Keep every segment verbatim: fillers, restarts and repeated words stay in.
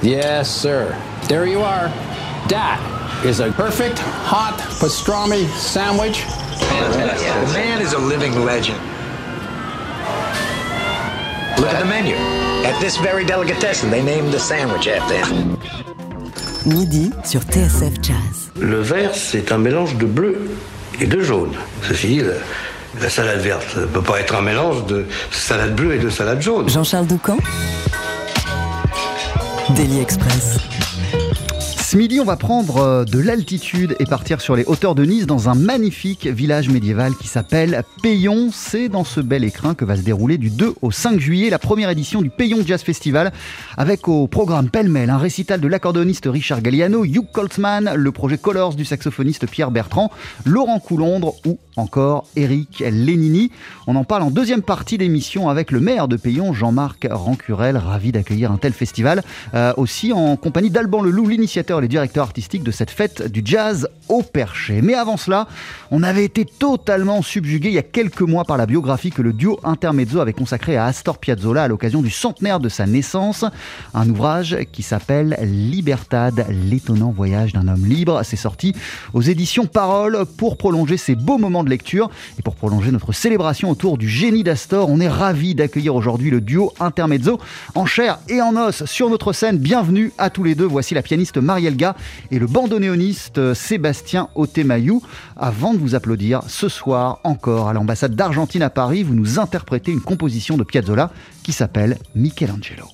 Yes, sir. There you are. That is a perfect hot pastrami sandwich. Fantastic. The man is a living legend. Look at the menu. At this very delicatessen, they named the sandwich after him. Midi sur T S F Jazz. Le vert, c'est un mélange de bleu et de jaune. Ceci dit, la, la salade verte ne peut pas être un mélange de salade bleue et de salade jaune. Jean-Charles Doucan, Daily Express. Ce midi, on va prendre de l'altitude et partir sur les hauteurs de Nice dans un magnifique village médiéval qui s'appelle Peillon. C'est dans ce bel écrin que va se dérouler du deux au cinq juillet la première édition du Peillon Jazz Festival, avec au programme pêle-mêle un récital de l'accordéoniste Richard Galliano, Hugh Coltzman, le projet Colors du saxophoniste Pierre Bertrand, Laurent Coulondre ou encore Eric Lénini. On en parle en deuxième partie d'émission avec le maire de Peillon, Jean-Marc Rancurel, ravi d'accueillir un tel festival, euh, aussi en compagnie d'Alban Leloup, l'initiateur et le directeur artistique de cette fête du jazz au Perché. Mais avant cela, on avait été totalement subjugué il y a quelques mois par la biographie que le duo Intermezzo avait consacrée à Astor Piazzolla à l'occasion du centenaire de sa naissance. Un ouvrage qui s'appelle Libertad, l'étonnant voyage d'un homme libre. C'est sorti aux éditions Parole. Pour prolonger ces beaux moments de lecture et pour prolonger notre célébration autour du génie d'Astor, on est ravis d'accueillir aujourd'hui le duo Intermezzo en chair et en os sur notre scène. Bienvenue à tous les deux. Voici la pianiste Marielle Ga et le bandoneoniste Sébastien Otemayou. Avant de vous applaudir, ce soir encore à l'ambassade d'Argentine à Paris, vous nous interprétez une composition de Piazzolla qui s'appelle Michelangelo.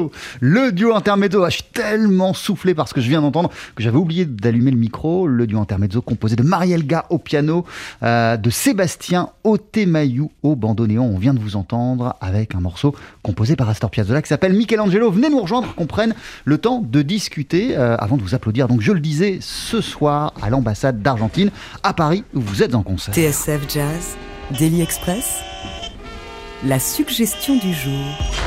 Angelo. Le duo intermezzo, ah, je suis tellement soufflé par ce que je viens d'entendre que j'avais oublié d'allumer le micro. Le duo intermezzo composé de Marielga au piano, euh, de Sébastien Otemayou au bandoneon. On vient de vous entendre avec un morceau composé par Astor Piazzolla qui s'appelle Michelangelo. Venez nous rejoindre, qu'on prenne le temps de discuter euh, avant de vous applaudir. Donc je le disais, ce soir à l'ambassade d'Argentine à Paris où vous êtes en concert. T S F Jazz, Daily Express, la suggestion du jour.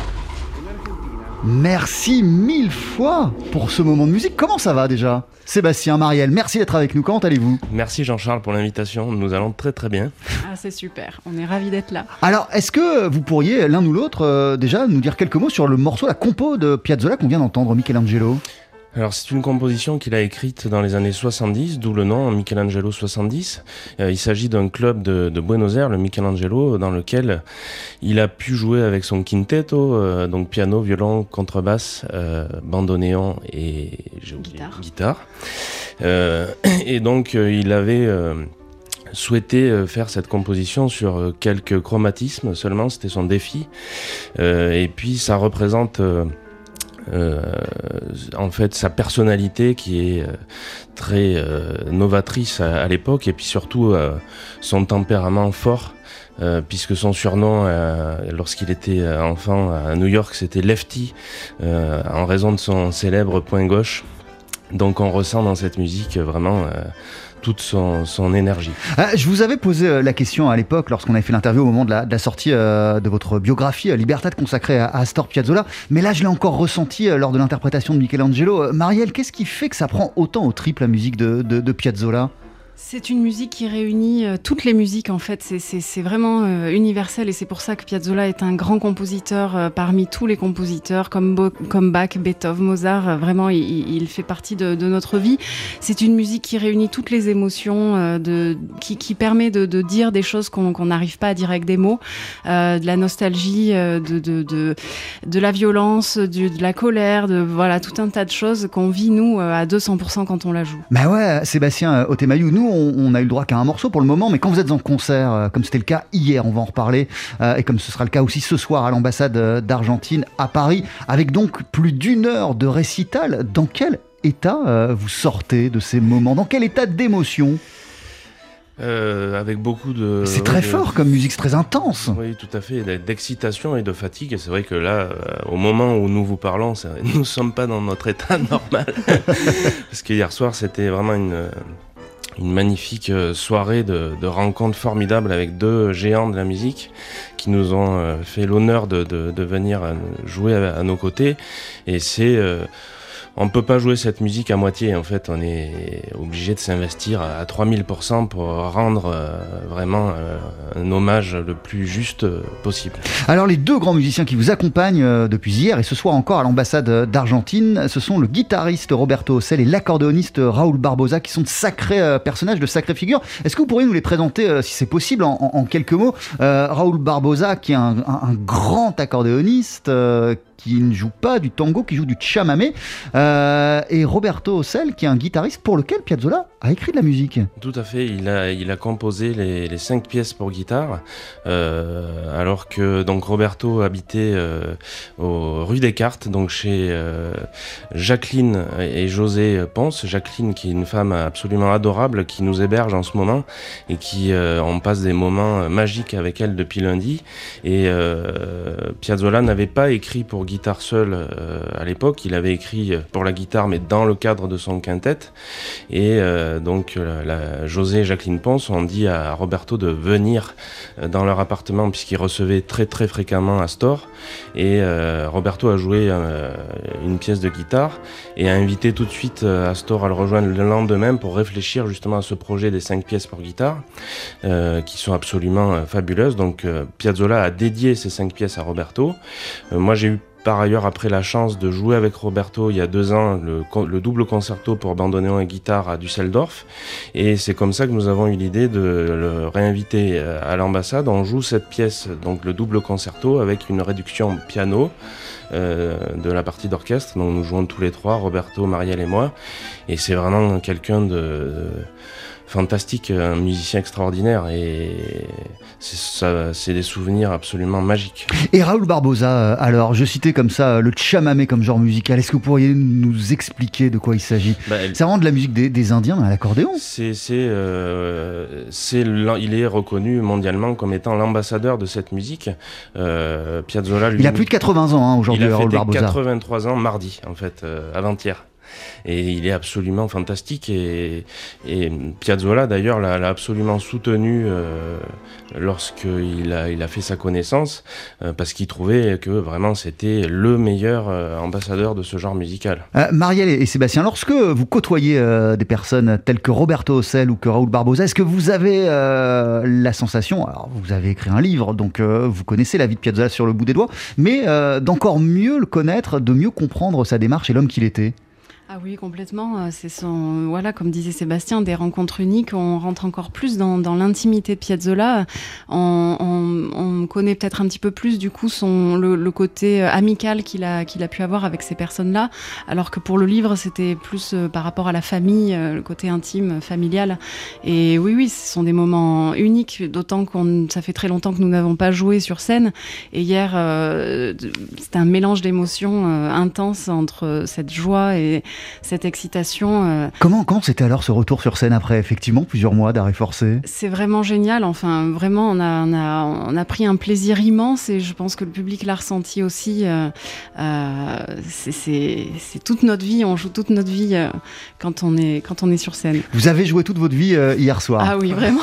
Merci mille fois pour ce moment de musique. Comment ça va déjà ? Sébastien, Marielle, merci d'être avec nous. Comment allez-vous ? Merci Jean-Charles pour l'invitation. Nous allons très très bien. Ah, c'est super. On est ravis d'être là. Alors, est-ce que vous pourriez, l'un ou l'autre, euh, déjà nous dire quelques mots sur le morceau, la compo de Piazzolla qu'on vient d'entendre, Michelangelo ? Alors c'est une composition qu'il a écrite dans les années soixante-dix, d'où le nom Michelangelo soixante-dix. Euh, il s'agit d'un club de, de Buenos Aires, le Michelangelo, dans lequel il a pu jouer avec son quintetto, euh, donc piano, violon, contrebasse, euh, bandoneon et j'ai oublié, guitare. guitare. Euh, et donc euh, il avait euh, souhaité euh, faire cette composition sur euh, quelques chromatismes seulement, c'était son défi. Euh, et puis ça représente... Euh, Euh, en fait sa personnalité qui est euh, très euh, novatrice à, à l'époque et puis surtout euh, son tempérament fort euh, puisque son surnom euh, lorsqu'il était enfant à New York c'était Lefty euh, en raison de son célèbre poing gauche. Donc on ressent dans cette musique vraiment euh, toute son, son énergie. Euh, je vous avais posé euh, la question à l'époque, lorsqu'on avait fait l'interview au moment de la, de la sortie euh, de votre biographie euh, Libertad consacrée à, à Astor Piazzolla, mais là je l'ai encore ressenti euh, lors de l'interprétation de Michelangelo. Euh, Marielle, qu'est-ce qui fait que ça prend autant au trip la musique de, de, de Piazzolla ? C'est une musique qui réunit euh, toutes les musiques en fait, c'est, c'est, c'est vraiment euh, universel et c'est pour ça que Piazzolla est un grand compositeur euh, parmi tous les compositeurs comme, Bo- comme Bach, Beethoven, Mozart, euh, vraiment il, il fait partie de, de notre vie. C'est une musique qui réunit toutes les émotions, euh, de, qui, qui permet de, de dire des choses qu'on qu'on n'arrive pas à dire avec des mots, euh, de la nostalgie, euh, de, de, de, de la violence, de, de la colère, de voilà tout un tas de choses qu'on vit nous euh, à deux cents pour cent quand on la joue. Bah ouais, Sébastien Otemayou, nous on, on a eu le droit qu'à un morceau pour le moment, mais quand vous êtes en concert, euh, comme c'était le cas hier, on va en reparler, euh, et comme ce sera le cas aussi ce soir à l'ambassade euh, d'Argentine à Paris, avec donc plus d'une heure de récital, dans quel état euh, vous sortez de ces moments ? Dans quel état d'émotion ? Euh, avec beaucoup de... C'est très de... fort comme musique, c'est très intense. Oui, tout à fait, d'excitation et de fatigue. Et c'est vrai que là, euh, au moment où nous vous parlons, ça, nous ne sommes pas dans notre état normal. Parce qu'hier soir, c'était vraiment une, une magnifique soirée de, de rencontres formidables avec deux géants de la musique qui nous ont euh, fait l'honneur de, de, de venir jouer à, à nos côtés. Et c'est... Euh, on ne peut pas jouer cette musique à moitié, en fait, on est obligé de s'investir à trois mille pour cent pour rendre euh, vraiment euh, un hommage le plus juste euh, possible. Alors les deux grands musiciens qui vous accompagnent euh, depuis hier et ce soir encore à l'ambassade d'Argentine, ce sont le guitariste Roberto Ocel et l'accordéoniste Raúl Barbosa qui sont de sacrés euh, personnages, de sacrées figures. Est-ce que vous pourriez nous les présenter, euh, si c'est possible, en, en, en quelques mots ? euh, Raúl Barbosa qui est un, un, un grand accordéoniste euh, qui ne joue pas du tango, qui joue du chamamé, euh, et Roberto Ocel, qui est un guitariste pour lequel Piazzolla a écrit de la musique. Tout à fait, il a, il a composé les, les cinq pièces pour guitare, euh, alors que donc Roberto habitait euh, au rue Descartes, donc chez euh, Jacqueline et José Ponce. Jacqueline, qui est une femme absolument adorable, qui nous héberge en ce moment, et qui, euh, on passe des moments magiques avec elle depuis lundi, et euh, Piazzolla n'avait pas écrit pour guitare seule euh, à l'époque, il avait écrit pour la guitare mais dans le cadre de son quintet et euh, donc la, la José et Jacqueline Ponce ont dit à Roberto de venir dans leur appartement puisqu'ils recevaient très très fréquemment Astor et euh, Roberto a joué euh, une pièce de guitare et a invité tout de suite euh, Astor à le rejoindre le lendemain pour réfléchir justement à ce projet des cinq pièces pour guitare euh, qui sont absolument euh, fabuleuses. Donc euh, Piazzolla a dédié ces cinq pièces à Roberto. Euh, moi j'ai eu par ailleurs, après la chance de jouer avec Roberto il y a deux ans, le, le double concerto pour bandoneon et guitare à Düsseldorf. Et c'est comme ça que nous avons eu l'idée de le réinviter à l'ambassade. On joue cette pièce, donc le double concerto, avec une réduction piano euh, de la partie d'orchestre. Donc nous jouons tous les trois, Roberto, Marielle et moi. Et c'est vraiment quelqu'un de... fantastique, un musicien extraordinaire et c'est, ça, c'est des souvenirs absolument magiques. Et Raoul Barbosa, alors je citais comme ça le chamamé comme genre musical, est-ce que vous pourriez nous expliquer de quoi il s'agit? bah, C'est vraiment de la musique des, des Indiens à l'accordéon. C'est, c'est, euh, c'est, il est reconnu mondialement comme étant l'ambassadeur de cette musique. Euh, Piazzolla, lui, il a plus de quatre-vingts ans hein, aujourd'hui, Raoul Barbosa. Il a fêté quatre-vingt-trois ans mardi, en fait, euh, avant-hier. Et il est absolument fantastique et, et Piazzolla d'ailleurs l'a, l'a absolument soutenu euh, lorsqu'il a, il a fait sa connaissance euh, parce qu'il trouvait que vraiment c'était le meilleur euh, ambassadeur de ce genre musical. Euh, Marielle et Sébastien, lorsque vous côtoyez euh, des personnes telles que Roberto Ossel ou que Raoul Barbosa, est-ce que vous avez euh, la sensation, alors vous avez écrit un livre donc euh, vous connaissez la vie de Piazzolla sur le bout des doigts, mais euh, d'encore mieux le connaître, de mieux comprendre sa démarche et l'homme qu'il était? Ah oui, complètement. C'est son, voilà, comme disait Sébastien, des rencontres uniques. On rentre encore plus dans, dans l'intimité de Piazzolla. On, on, on connaît peut-être un petit peu plus du coup son le, le côté amical qu'il a qu'il a pu avoir avec ces personnes-là, alors que pour le livre c'était plus euh, par rapport à la famille, euh, le côté intime, familial. Et oui, oui, ce sont des moments uniques. D'autant qu'on ça fait très longtemps que nous n'avons pas joué sur scène. Et hier, euh, c'était un mélange d'émotions euh, intenses entre cette joie et cette excitation. Euh... Comment, comment c'était alors ce retour sur scène après effectivement plusieurs mois d'arrêt forcé? C'est vraiment génial. Enfin, vraiment, on a, on a, on a pris un plaisir immense et je pense que le public l'a ressenti aussi. Euh, euh, c'est, c'est, c'est toute notre vie. On joue toute notre vie euh, quand on est, quand on est sur scène. Vous avez joué toute votre vie euh, hier soir. Ah oui, vraiment.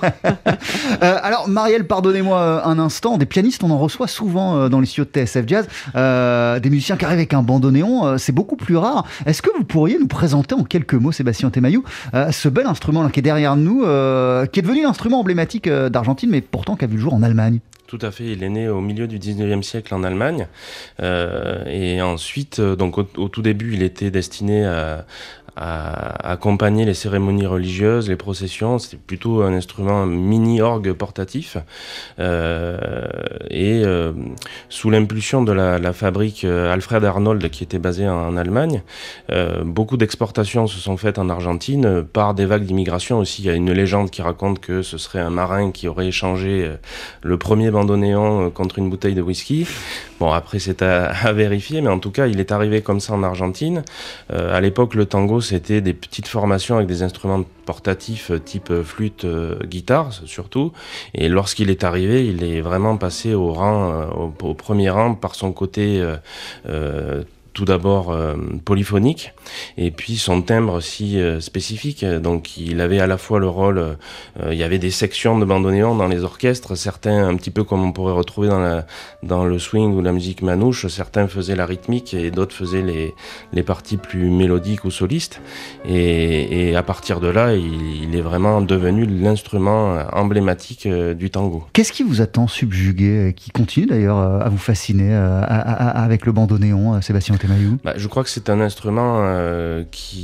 euh, alors, Marielle, pardonnez-moi un instant. Des pianistes, on en reçoit souvent euh, dans les studios de T S F Jazz. Euh, des musiciens qui arrivent avec un bandoneon, euh, c'est beaucoup plus rare. Est-ce que vous pourriez nous présenter en quelques mots, Sébastien Temaillou, euh, ce bel instrument là, qui est derrière nous, euh, qui est devenu l'instrument emblématique euh, d'Argentine, mais pourtant qui a vu le jour en Allemagne? Tout à fait, il est né au milieu du dix-neuvième siècle en Allemagne euh, et ensuite, donc au, au tout début, il était destiné à, à accompagner les cérémonies religieuses, les processions. C'était plutôt un instrument mini-orgue portatif euh, et euh, sous l'impulsion de la, la fabrique Alfred Arnold qui était basée en, en Allemagne, euh, beaucoup d'exportations se sont faites en Argentine par des vagues d'immigration aussi. Il y a une légende qui raconte que ce serait un marin qui aurait échangé le premier bandoneon contre une bouteille de whisky. Bon, après c'est à, à vérifier, mais en tout cas il est arrivé comme ça en Argentine. Euh, à l'époque le tango c'était des petites formations avec des instruments portatifs type flûte, euh, guitare surtout. Et lorsqu'il est arrivé, il est vraiment passé au rang, euh, au, au premier rang par son côté euh, euh, tout d'abord euh, polyphonique et puis son timbre si euh, spécifique. Donc il avait à la fois le rôle, euh, il y avait des sections de bandoneon dans les orchestres, certains un petit peu comme on pourrait retrouver dans, la, dans le swing ou la musique manouche, certains faisaient la rythmique et d'autres faisaient les, les parties plus mélodiques ou solistes. Et, et à partir de là, il, il est vraiment devenu l'instrument emblématique euh, du tango. Qu'est-ce qui vous a tant subjugué, qui continue d'ailleurs à vous fasciner euh, à, à, avec le bandoneon, Sébastien Temaillou? Bah, je crois que c'est un instrument euh,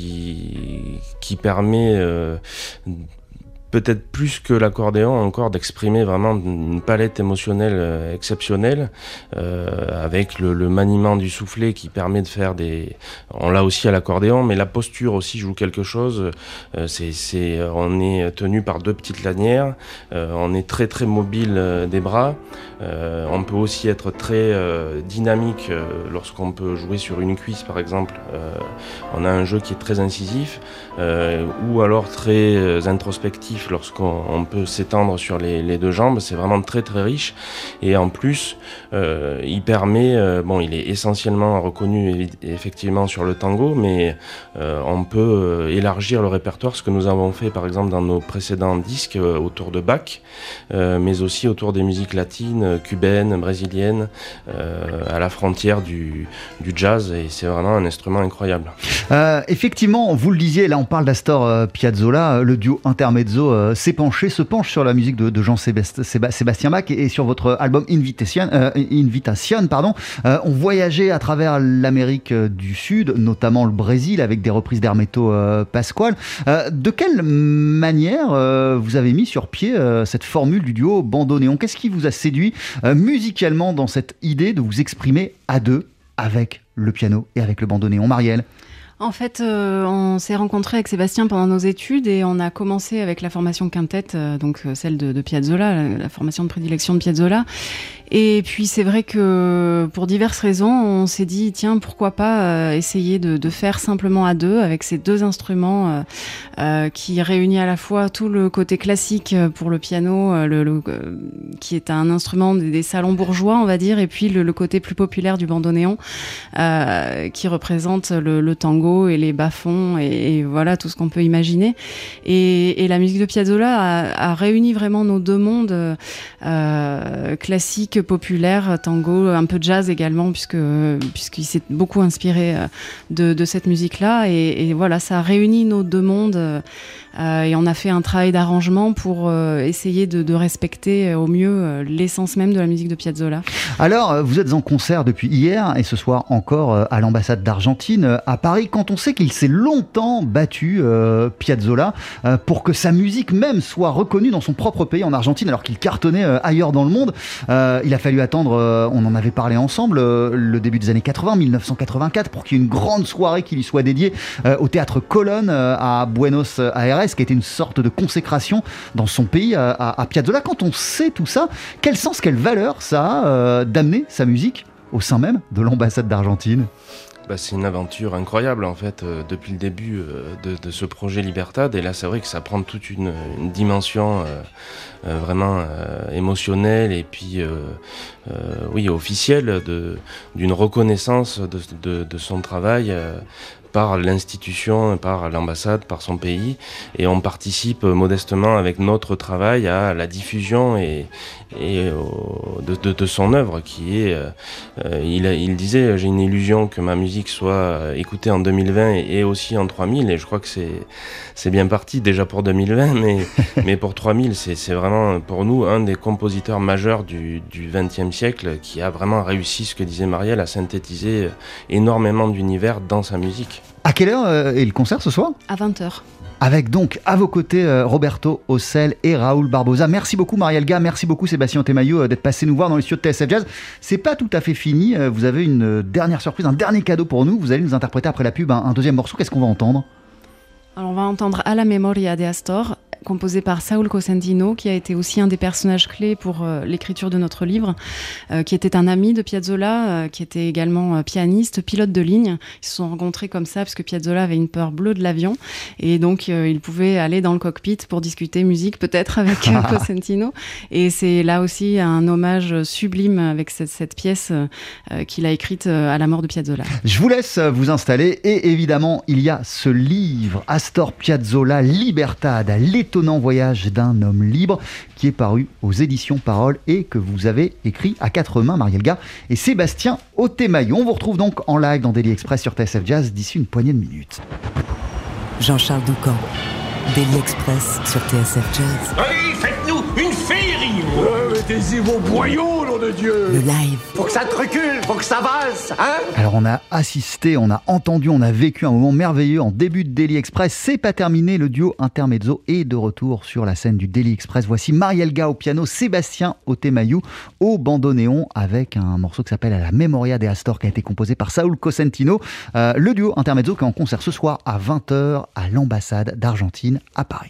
qui, qui permet euh, peut-être plus que l'accordéon encore d'exprimer vraiment une palette émotionnelle euh, exceptionnelle euh, avec le, le maniement du soufflet qui permet de faire des... On l'a aussi à l'accordéon, mais la posture aussi joue quelque chose. Euh, c'est, c'est, on est tenu par deux petites lanières, euh, on est très très mobile euh, des bras. Euh, on peut aussi être très euh, dynamique euh, lorsqu'on peut jouer sur une cuisse par exemple. Euh, on a un jeu qui est très incisif euh, ou alors très euh, introspectif lorsqu'on on peut s'étendre sur les, les deux jambes. C'est vraiment très très riche et en plus euh, il permet, euh, bon il est essentiellement reconnu effectivement sur le tango, mais euh, on peut euh, élargir le répertoire, ce que nous avons fait par exemple dans nos précédents disques euh, autour de Bach, euh, mais aussi autour des musiques latines, cubaine, brésilienne, euh, à la frontière du, du jazz, et c'est vraiment un instrument incroyable. Euh, effectivement, vous le disiez, là on parle d'Astor euh, Piazzolla, le duo Intermezzo euh, s'est penché, se penche sur la musique de, de Jean-Sébastien Bach et, et sur votre album Invitation, euh, Invitation pardon, euh, on voyageait à travers l'Amérique du Sud, notamment le Brésil, avec des reprises d'Hermeto euh, Pascoal. Euh, de quelle manière euh, vous avez mis sur pied euh, cette formule du duo bandoneon? Qu'est-ce qui vous a séduit Euh, musicalement dans cette idée de vous exprimer à deux avec le piano et avec le bandoneon? Marielle? En fait, euh, on s'est rencontrés avec Sébastien pendant nos études et on a commencé avec la formation quintette, euh, donc euh, celle de, de Piazzolla, la, la formation de prédilection de Piazzolla. Et puis c'est vrai que pour diverses raisons, on s'est dit tiens pourquoi pas euh, essayer de, de faire simplement à deux avec ces deux instruments euh, euh, qui réunit à la fois tout le côté classique pour le piano, euh, le, le, euh, qui est un instrument des, des salons bourgeois on va dire, et puis le, le côté plus populaire du bandoneon euh, qui représente le, le tango et les bas-fonds et, et voilà tout ce qu'on peut imaginer. Et, et la musique de Piazzolla a, a réuni vraiment nos deux mondes euh, classiques, populaire, tango, un peu de jazz également, puisque puisqu'il s'est beaucoup inspiré de, de cette musique-là. Et, et voilà, ça a réuni nos deux mondes. Euh, et on a fait un travail d'arrangement pour euh, essayer de, de respecter au mieux euh, l'essence même de la musique de Piazzolla. Alors, vous êtes en concert depuis hier et ce soir encore euh, à l'ambassade d'Argentine euh, à Paris. Quand on sait qu'il s'est longtemps battu, euh, Piazzolla, euh, pour que sa musique même soit reconnue dans son propre pays en Argentine, alors qu'il cartonnait euh, ailleurs dans le monde, euh, il a fallu attendre, euh, on en avait parlé ensemble, euh, le début des années quatre-vingts, mille neuf cent quatre-vingt-quatre, pour qu'il y ait une grande soirée qui lui soit dédiée euh, au théâtre Colón euh, à Buenos Aires, qui a été une sorte de consécration dans son pays à, à, à Piazzolla. Quand on sait tout ça, quel sens, quelle valeur ça a euh, d'amener sa musique au sein même de l'ambassade d'Argentine? Bah, c'est une aventure incroyable en fait, euh, depuis le début euh, de, de ce projet Libertad, et là c'est vrai que ça prend toute une, une dimension euh, euh, vraiment euh, émotionnelle et puis euh, euh, oui officielle de, d'une reconnaissance de, de, de son travail euh, par l'institution, par l'ambassade, par son pays, et on participe modestement avec notre travail à la diffusion et, et au, de, de, de son œuvre qui est, euh, il, il disait, j'ai une illusion que ma musique soit écoutée en deux mille vingt et, et aussi en trois mille, et je crois que c'est, c'est bien parti déjà pour deux mille vingt, mais, mais pour trois mille, c'est, c'est vraiment pour nous un des compositeurs majeurs du, du vingtième siècle qui a vraiment réussi, ce que disait Marielle, à synthétiser énormément d'univers dans sa musique. À quelle heure euh, est le concert ce soir ? À vingt heures. Avec donc à vos côtés euh, Roberto Ossel et Raoul Barbosa. Merci beaucoup Marielle Ga, merci beaucoup Sébastien Otemaillot euh, d'être passé nous voir dans les studios de T S F Jazz. C'est pas tout à fait fini, euh, vous avez une euh, dernière surprise, un dernier cadeau pour nous. Vous allez nous interpréter après la pub un, un deuxième morceau. Qu'est-ce qu'on va entendre ? Alors on va entendre A la Memoria de Astor, composé par Saúl Cosentino, qui a été aussi un des personnages clés pour euh, l'écriture de notre livre, euh, qui était un ami de Piazzolla, euh, qui était également euh, pianiste, pilote de ligne. Ils se sont rencontrés comme ça parce que Piazzolla avait une peur bleue de l'avion, et donc euh, il pouvait aller dans le cockpit pour discuter musique peut-être avec euh, Cosentino. Et c'est là aussi un hommage sublime avec cette, cette pièce euh, qu'il a écrite euh, à la mort de Piazzolla. Je vous laisse vous installer, et évidemment il y a ce livre, Astor Piazzolla Libertad, l'étonnant voyage d'un homme libre, qui est paru aux éditions Parole et que vous avez écrit à quatre mains, Marielle Ga et Sébastien Otemaillot. On vous retrouve donc en live dans Daily Express sur T S F Jazz d'ici une poignée de minutes. Jean-Charles Doucan, Daily Express sur T S F Jazz. Allez, faites-nous une féerie! Ouais, mettez-y vos boyaux, nom de Dieu! Le live. Faut que ça te recule, faut que ça valse, hein? Alors on a assisté, on a entendu, on a vécu un moment merveilleux en début de Daily Express. C'est pas terminé, le duo Intermezzo est de retour sur la scène du Daily Express. Voici Marielle Ga au piano, Sébastien Otemaillot au bandoneon, avec un morceau qui s'appelle A la Memoria de Astor, qui a été composé par Saúl Cosentino. Euh, le duo Intermezzo qui est en concert ce soir à vingt heures à l'ambassade d'Argentine à Paris.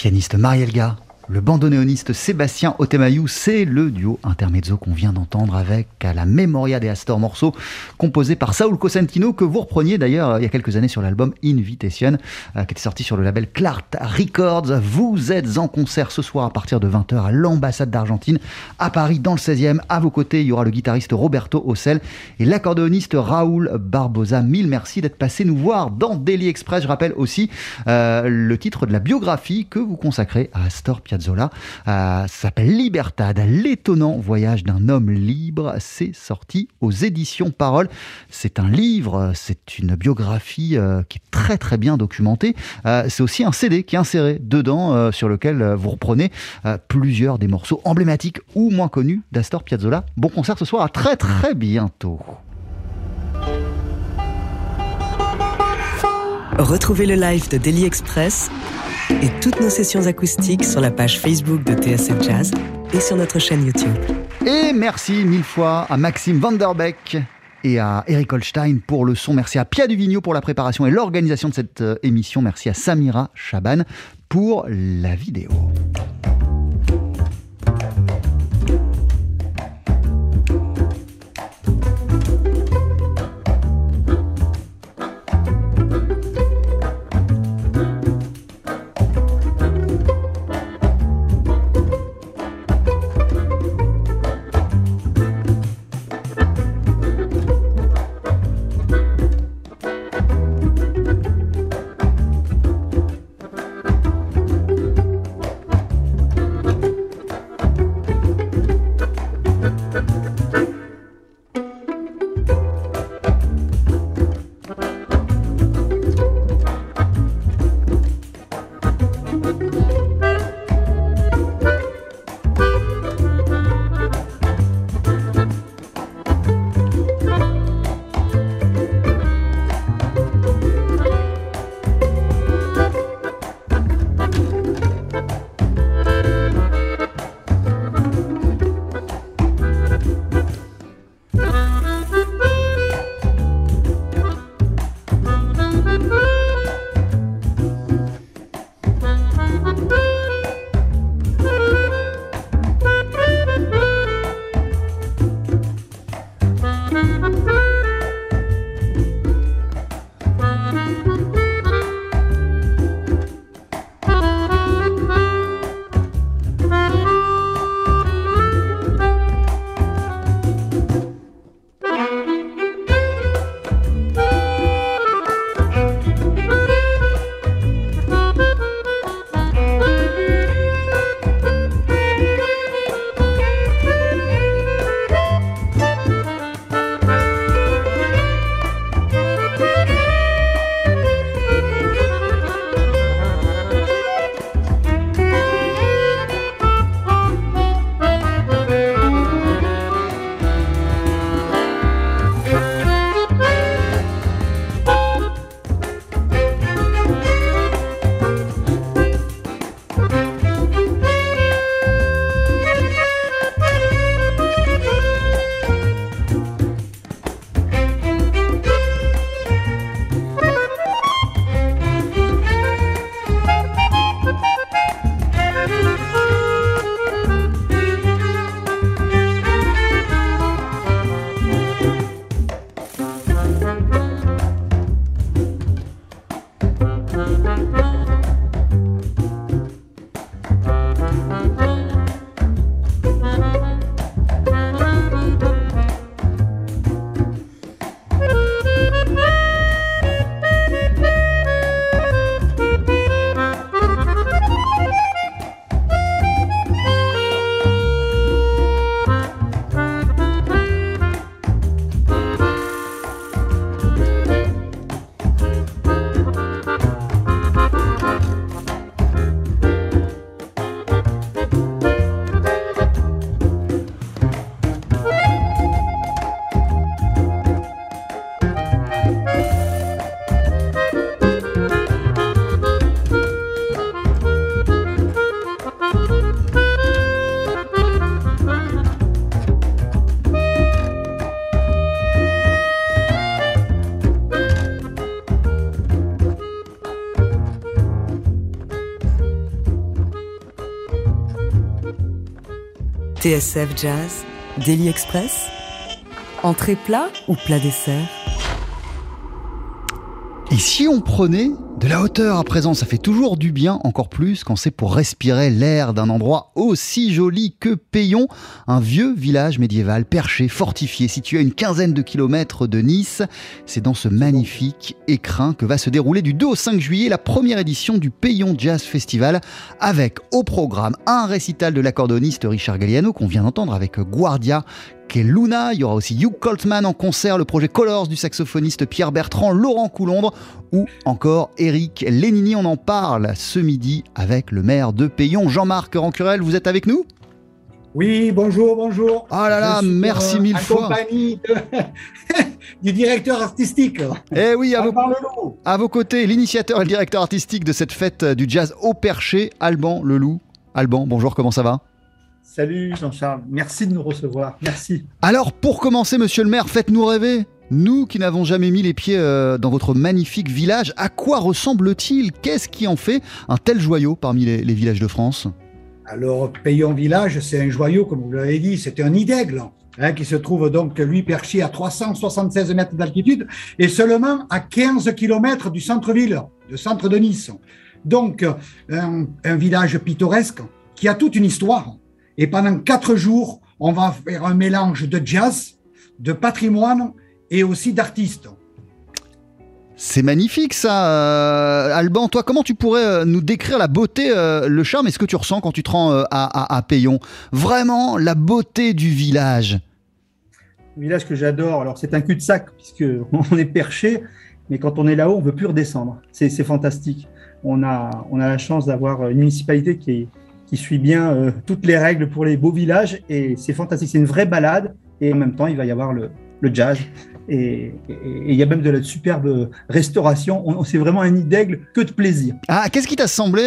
pianiste Marielle Gare, le bandoneoniste Sébastien Otemaillou, c'est le duo intermezzo qu'on vient d'entendre avec à la Memoria de Astor, morceau composé par Saúl Cosentino, que vous repreniez d'ailleurs il y a quelques années sur l'album Invitation, euh, qui était sorti sur le label Clart Records. Vous êtes en concert ce soir à partir de vingt heures à l'ambassade d'Argentine, à Paris, dans le seizième. À vos côtés, il y aura le guitariste Roberto Ocel et l'accordéoniste Raoul Barbosa. Mille merci d'être passé nous voir dans Daily Express. Je rappelle aussi euh, le titre de la biographie que vous consacrez à Astor Piazzolla. Piazzolla, euh, ça s'appelle Libertad, l'étonnant voyage d'un homme libre. C'est sorti aux éditions Parole. C'est un livre, c'est une biographie euh, qui est très très bien documentée. Euh, c'est aussi un C D qui est inséré dedans, euh, sur lequel euh, vous reprenez euh, plusieurs des morceaux emblématiques ou moins connus d'Astor Piazzolla. Bon concert ce soir, à très très bientôt. Retrouvez le live de Daily Express et toutes nos sessions acoustiques sur la page Facebook de T S F Jazz et sur notre chaîne YouTube. Et merci mille fois à Maxime Van Der Beek et à Eric Holstein pour le son. Merci à Pia Duvigneau pour la préparation et l'organisation de cette émission. Merci à Samira Chaban pour la vidéo. T S F Jazz, Daily Express, entrée plat ou plat dessert? Et si on prenait de la hauteur à présent, ça fait toujours du bien, encore plus quand c'est pour respirer l'air d'un endroit aussi joli que Peillon, un vieux village médiéval perché, fortifié, situé à une quinzaine de kilomètres de Nice. C'est dans ce magnifique écrin que va se dérouler du deux au cinq juillet la première édition du Peillon Jazz Festival, avec au programme un récital de l'accordéoniste Richard Galliano qu'on vient d'entendre avec Guardia, qu'est Luna. Il y aura aussi Hugh Coltman en concert, le projet Colors du saxophoniste Pierre Bertrand, Laurent Coulondre ou encore Eric Lénini. On en parle ce midi avec le maire de Peillon, Jean-Marc Rancurel. Vous êtes avec nous ? Oui, bonjour, bonjour. Ah là là, merci euh, mille fois. En compagnie de... du directeur artistique. Eh oui, à vos... à vos côtés, l'initiateur et le directeur artistique de cette fête du jazz au Perché, Alban Leloup. Alban, bonjour, comment ça va ? Salut Jean-Charles, merci de nous recevoir, merci. Alors pour commencer, monsieur le maire, faites-nous rêver. Nous qui n'avons jamais mis les pieds euh, dans votre magnifique village, à quoi ressemble-t-il ? Qu'est-ce qui en fait un tel joyau parmi les, les villages de France ? Alors Peillon Village, c'est un joyau, comme vous l'avez dit, c'est un nid d'aigle, hein, qui se trouve donc lui perché à trois cent soixante-seize mètres d'altitude et seulement à quinze kilomètres du centre-ville, du centre de Nice. Donc un, un village pittoresque qui a toute une histoire. Et pendant quatre jours, on va faire un mélange de jazz, de patrimoine et aussi d'artistes. C'est magnifique ça, euh, Alban. Toi, comment tu pourrais euh, nous décrire la beauté, euh, le charme et ce que tu ressens quand tu te rends euh, à, à, à Peillon ? Vraiment, la beauté du village. Le village que j'adore, alors c'est un cul-de-sac puisqu'on est perché, mais quand on est là-haut, on ne veut plus redescendre. C'est, c'est fantastique. On a, on a la chance d'avoir une municipalité qui est qui suit bien euh, toutes les règles pour les beaux villages et c'est fantastique, c'est une vraie balade et en même temps il va y avoir le, le jazz et il y a même de la superbe restauration, on, c'est vraiment un nid d'aigle que de plaisir. Ah, qu'est-ce qui t'a semblé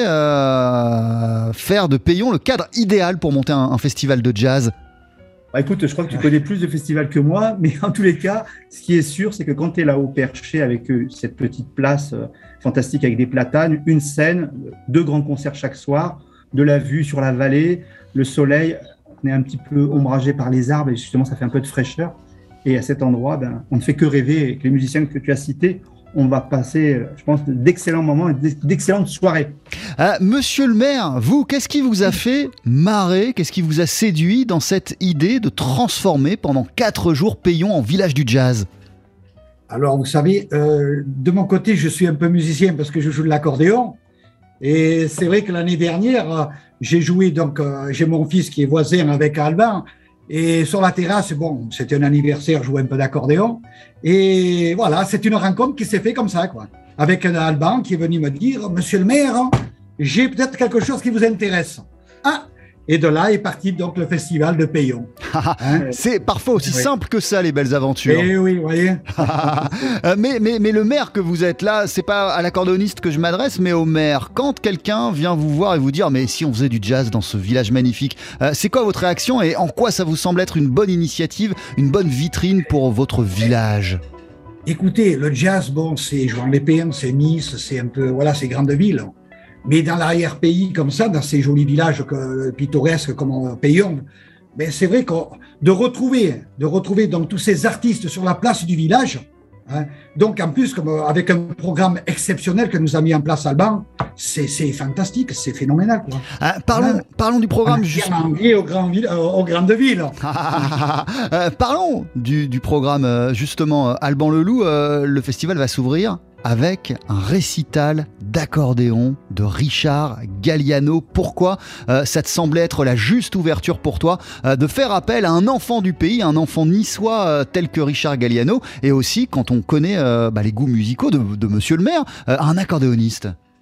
euh, faire de Peillon le cadre idéal pour monter un, un festival de jazz ? Bah écoute, je crois que tu connais plus de festivals que moi, mais en tous les cas, ce qui est sûr, c'est que quand tu es là-haut perché avec euh, cette petite place euh, fantastique avec des platanes, une scène, deux grands concerts chaque soir, de la vue sur la vallée, le soleil, on est un petit peu ombragé par les arbres et justement ça fait un peu de fraîcheur. Et à cet endroit, ben, on ne fait que rêver. Avec les musiciens que tu as cités, on va passer, je pense, d'excellents moments et d'excellentes soirées. Euh, monsieur le maire, vous, qu'est-ce qui vous a fait marrer ? Qu'est-ce qui vous a séduit dans cette idée de transformer pendant quatre jours Peillon en village du jazz ? Alors, vous savez, euh, de mon côté, je suis un peu musicien parce que je joue de l'accordéon. Et c'est vrai que l'année dernière, j'ai joué, donc euh, j'ai mon fils qui est voisin avec Alban, et sur la terrasse, bon, c'était un anniversaire, je jouais un peu d'accordéon, et voilà, c'est une rencontre qui s'est faite comme ça, quoi, avec un Alban qui est venu me dire, monsieur le maire, j'ai peut-être quelque chose qui vous intéresse. Ah, et de là est parti donc le festival de Peillon. Hein, c'est parfois aussi oui. simple que ça, les belles aventures. Eh oui, vous voyez. mais, mais, mais le maire que vous êtes là, c'est pas à l'accordéoniste que je m'adresse, mais au maire. Quand quelqu'un vient vous voir et vous dire, mais si on faisait du jazz dans ce village magnifique, euh, c'est quoi votre réaction et en quoi ça vous semble être une bonne initiative, une bonne vitrine pour votre village ? Écoutez, le jazz, bon, c'est Juan-les-Pins, c'est Nice, c'est un peu, voilà, c'est grandes villes. Mais dans l'arrière-pays, comme ça, dans ces jolis villages que, pittoresques comme Peillon, ben c'est vrai que de retrouver, de retrouver donc tous ces artistes sur la place du village, hein, donc en plus comme avec un programme exceptionnel que nous a mis en place Alban, c'est, c'est fantastique, c'est phénoménal. Quoi. Ah, parlons, hein, parlons du programme. Juste... envié aux, grands villes, aux grandes villes. euh, parlons du, du programme justement, Alban Leloup. Euh, le festival va s'ouvrir avec un récital d'accordéon de Richard Galliano. Pourquoi euh, ça te semblait être la juste ouverture pour toi euh, de faire appel à un enfant du pays, un enfant niçois euh, tel que Richard Galliano, et aussi quand on connaît euh, bah, les goûts musicaux de, de monsieur le maire, euh, un accordéoniste?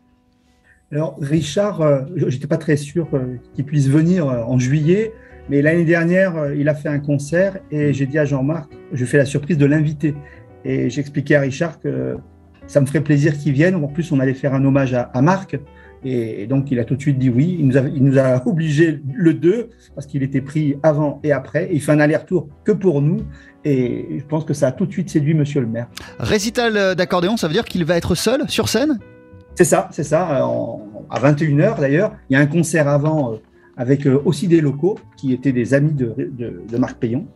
Alors Richard, euh, j'étais pas très sûr euh, qu'il puisse venir euh, en juillet, mais l'année dernière, euh, il a fait un concert et j'ai dit à Jean-Marc, je fais la surprise de l'inviter. Et j'expliquais à Richard que ça me ferait plaisir qu'il vienne. En plus, on allait faire un hommage à, à Marc. Et, et donc, il a tout de suite dit oui. Il nous a, il nous a obligés le deux parce qu'il était pris avant et après. Et il fait un aller-retour que pour nous. Et je pense que ça a tout de suite séduit monsieur le maire. Récital d'accordéon, ça veut dire qu'il va être seul sur scène ? C'est ça, c'est ça. En, à vingt et une heures d'ailleurs. Il y a un concert avant euh, avec euh, aussi des locaux qui étaient des amis de, de, de Marc Payon.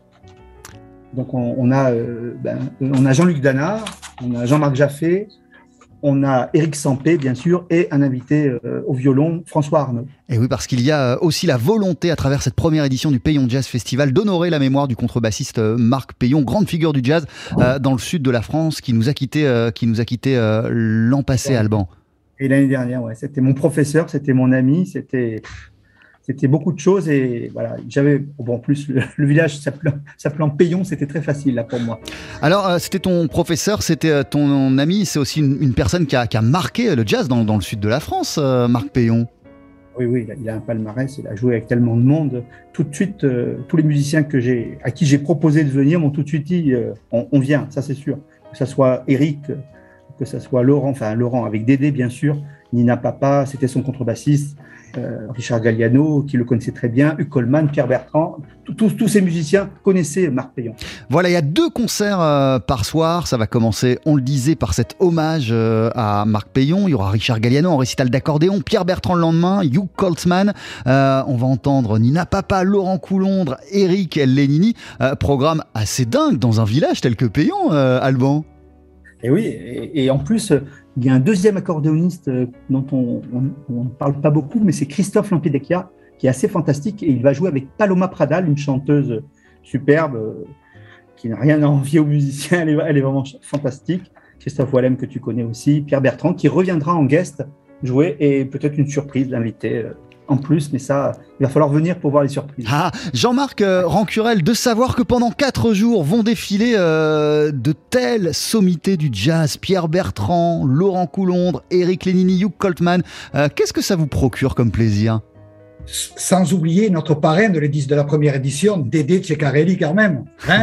Donc on, on, a, euh, ben, on a Jean-Luc Danard, on a Jean-Marc Jaffé, on a Éric Sampé, bien sûr, et un invité euh, au violon, François Arnaud. Et oui, parce qu'il y a aussi la volonté, à travers cette première édition du Payon Jazz Festival, d'honorer la mémoire du contrebassiste Marc Payon, grande figure du jazz euh, dans le sud de la France, qui nous a quittés euh, qui nous a quitté, euh, l'an passé, ouais. Alban. Et l'année dernière, ouais, c'était mon professeur, c'était mon ami, c'était... C'était beaucoup de choses et voilà, j'avais, bon, en plus, le, le village s'appelant Payon, c'était très facile là pour moi. Alors, euh, c'était ton professeur, c'était ton ami, c'est aussi une, une personne qui a, qui a marqué le jazz dans, dans le sud de la France, euh, Marc Payon. Oui, oui, il a, il a un palmarès, il a joué avec tellement de monde. Tout de suite, euh, tous les musiciens que j'ai, à qui j'ai proposé de venir m'ont tout de suite dit euh, on, on vient, ça c'est sûr. Que ce soit Eric, que ce soit Laurent, enfin Laurent avec Dédé bien sûr, Nina Papa, c'était son contrebassiste. Euh, Richard Galliano, qui le connaissait très bien, Hugh Coleman, Pierre Bertrand, tous, tous ces musiciens connaissaient Marc Payon. Voilà, il y a deux concerts euh, par soir. Ça va commencer, on le disait, par cet hommage euh, à Marc Payon. Il y aura Richard Galliano en récital d'accordéon, Pierre Bertrand le lendemain, Hugh Coleman. Euh, on va entendre Nina Papa, Laurent Coulondre, Eric Lénini. Euh, programme assez dingue dans un village tel que Payon, euh, Alban. Et oui, et, et en plus, il y a un deuxième accordéoniste dont on ne parle pas beaucoup, mais c'est Christophe Lampidecchia, qui est assez fantastique, et il va jouer avec Paloma Pradal, une chanteuse superbe, qui n'a rien à envier aux musiciens, elle est, elle est vraiment fantastique. Christophe Wallem, que tu connais aussi, Pierre Bertrand, qui reviendra en guest jouer, et peut-être une surprise d'invité en plus, mais ça, il va falloir venir pour voir les surprises. Ah, Jean-Marc euh, Rancurel, de savoir que pendant quatre jours vont défiler euh, de telles sommités du jazz, Pierre Bertrand, Laurent Coulondre, Eric Lénini, Hugh Coleman, euh, qu'est-ce que ça vous procure comme plaisir ? Sans oublier notre parrain de l'édition de la première édition, Dédé Ceccarelli quand même. Hein.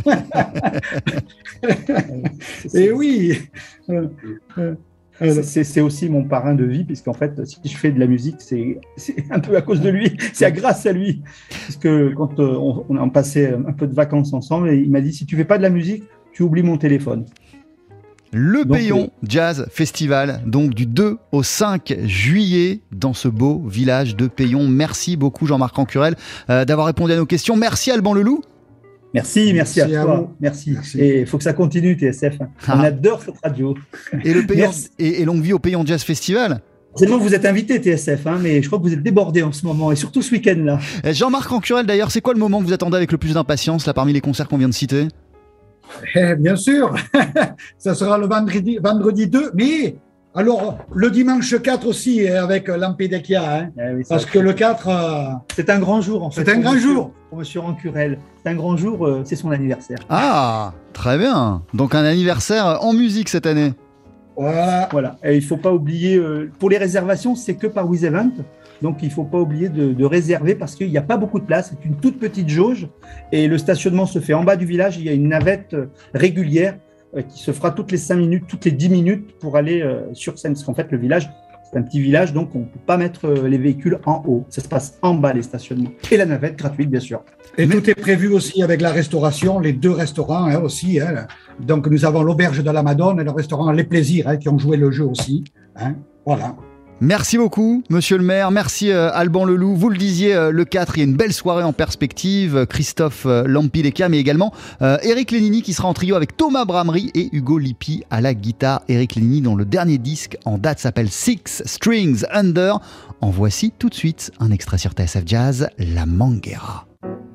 Et oui euh, euh, C'est, c'est aussi mon parrain de vie, puisqu'en fait, si je fais de la musique, c'est, c'est un peu à cause de lui, c'est grâce à lui. Parce que quand on, on a passé un peu de vacances ensemble, il m'a dit, si tu fais pas de la musique, tu oublies mon téléphone. Le donc, Payon euh... Jazz Festival, donc du deux au cinq juillet, dans ce beau village de Payon. Merci beaucoup Jean-Marc Rancurel euh, d'avoir répondu à nos questions. Merci Alban Leloup. Merci, merci, merci à toi. À merci. merci. Et il faut que ça continue, T S F. Ah. On adore cette radio. Et, le Payon, et, et longue vie au Payon Jazz Festival. C'est bon que vous êtes invité, T S F, hein, mais je crois que vous êtes débordé en ce moment, et surtout ce week-end-là. Jean-Marc Rancurel, d'ailleurs, c'est quoi le moment que vous attendez avec le plus d'impatience, là, parmi les concerts qu'on vient de citer ? Eh, bien sûr, ça sera le vendredi, vendredi deux, mais alors le dimanche quatre aussi, avec Lampidecchia, hein, eh oui, parce que le quatre... Euh... C'est un grand jour, en fait. C'est un grand monsieur, jour. Pour monsieur Rancurel. C'est un grand jour, euh, c'est son anniversaire. Ah, très bien. Donc un anniversaire en musique cette année. Voilà. Voilà. Et il ne faut pas oublier, euh, pour les réservations, c'est que par WizEvent. Donc, il ne faut pas oublier de, de réserver parce qu'il n'y a pas beaucoup de place. C'est une toute petite jauge et le stationnement se fait en bas du village. Il y a une navette régulière euh, qui se fera toutes les cinq minutes, toutes les dix minutes pour aller euh, sur scène. Parce qu'en fait, le village, c'est un petit village, donc on ne peut pas mettre euh, les véhicules en haut. Ça se passe en bas, les stationnements. Et la navette gratuite, bien sûr. Et tout est prévu aussi avec la restauration, les deux restaurants hein, aussi. Hein. Donc, nous avons l'Auberge de la Madone et le restaurant Les Plaisirs hein, qui ont joué le jeu aussi. Hein. Voilà. Merci beaucoup, monsieur le maire. Merci euh, Alban Leloup. Vous le disiez, euh, le quatre, il y a une belle soirée en perspective. Christophe euh, Lampidecchia, mais également euh, Eric Lénini qui sera en trio avec Thomas Bramery et Hugo Lippi à la guitare. Eric Lénini dont le dernier disque en date s'appelle Six Strings Under. En voici tout de suite un extrait sur T S F Jazz, La Manguera.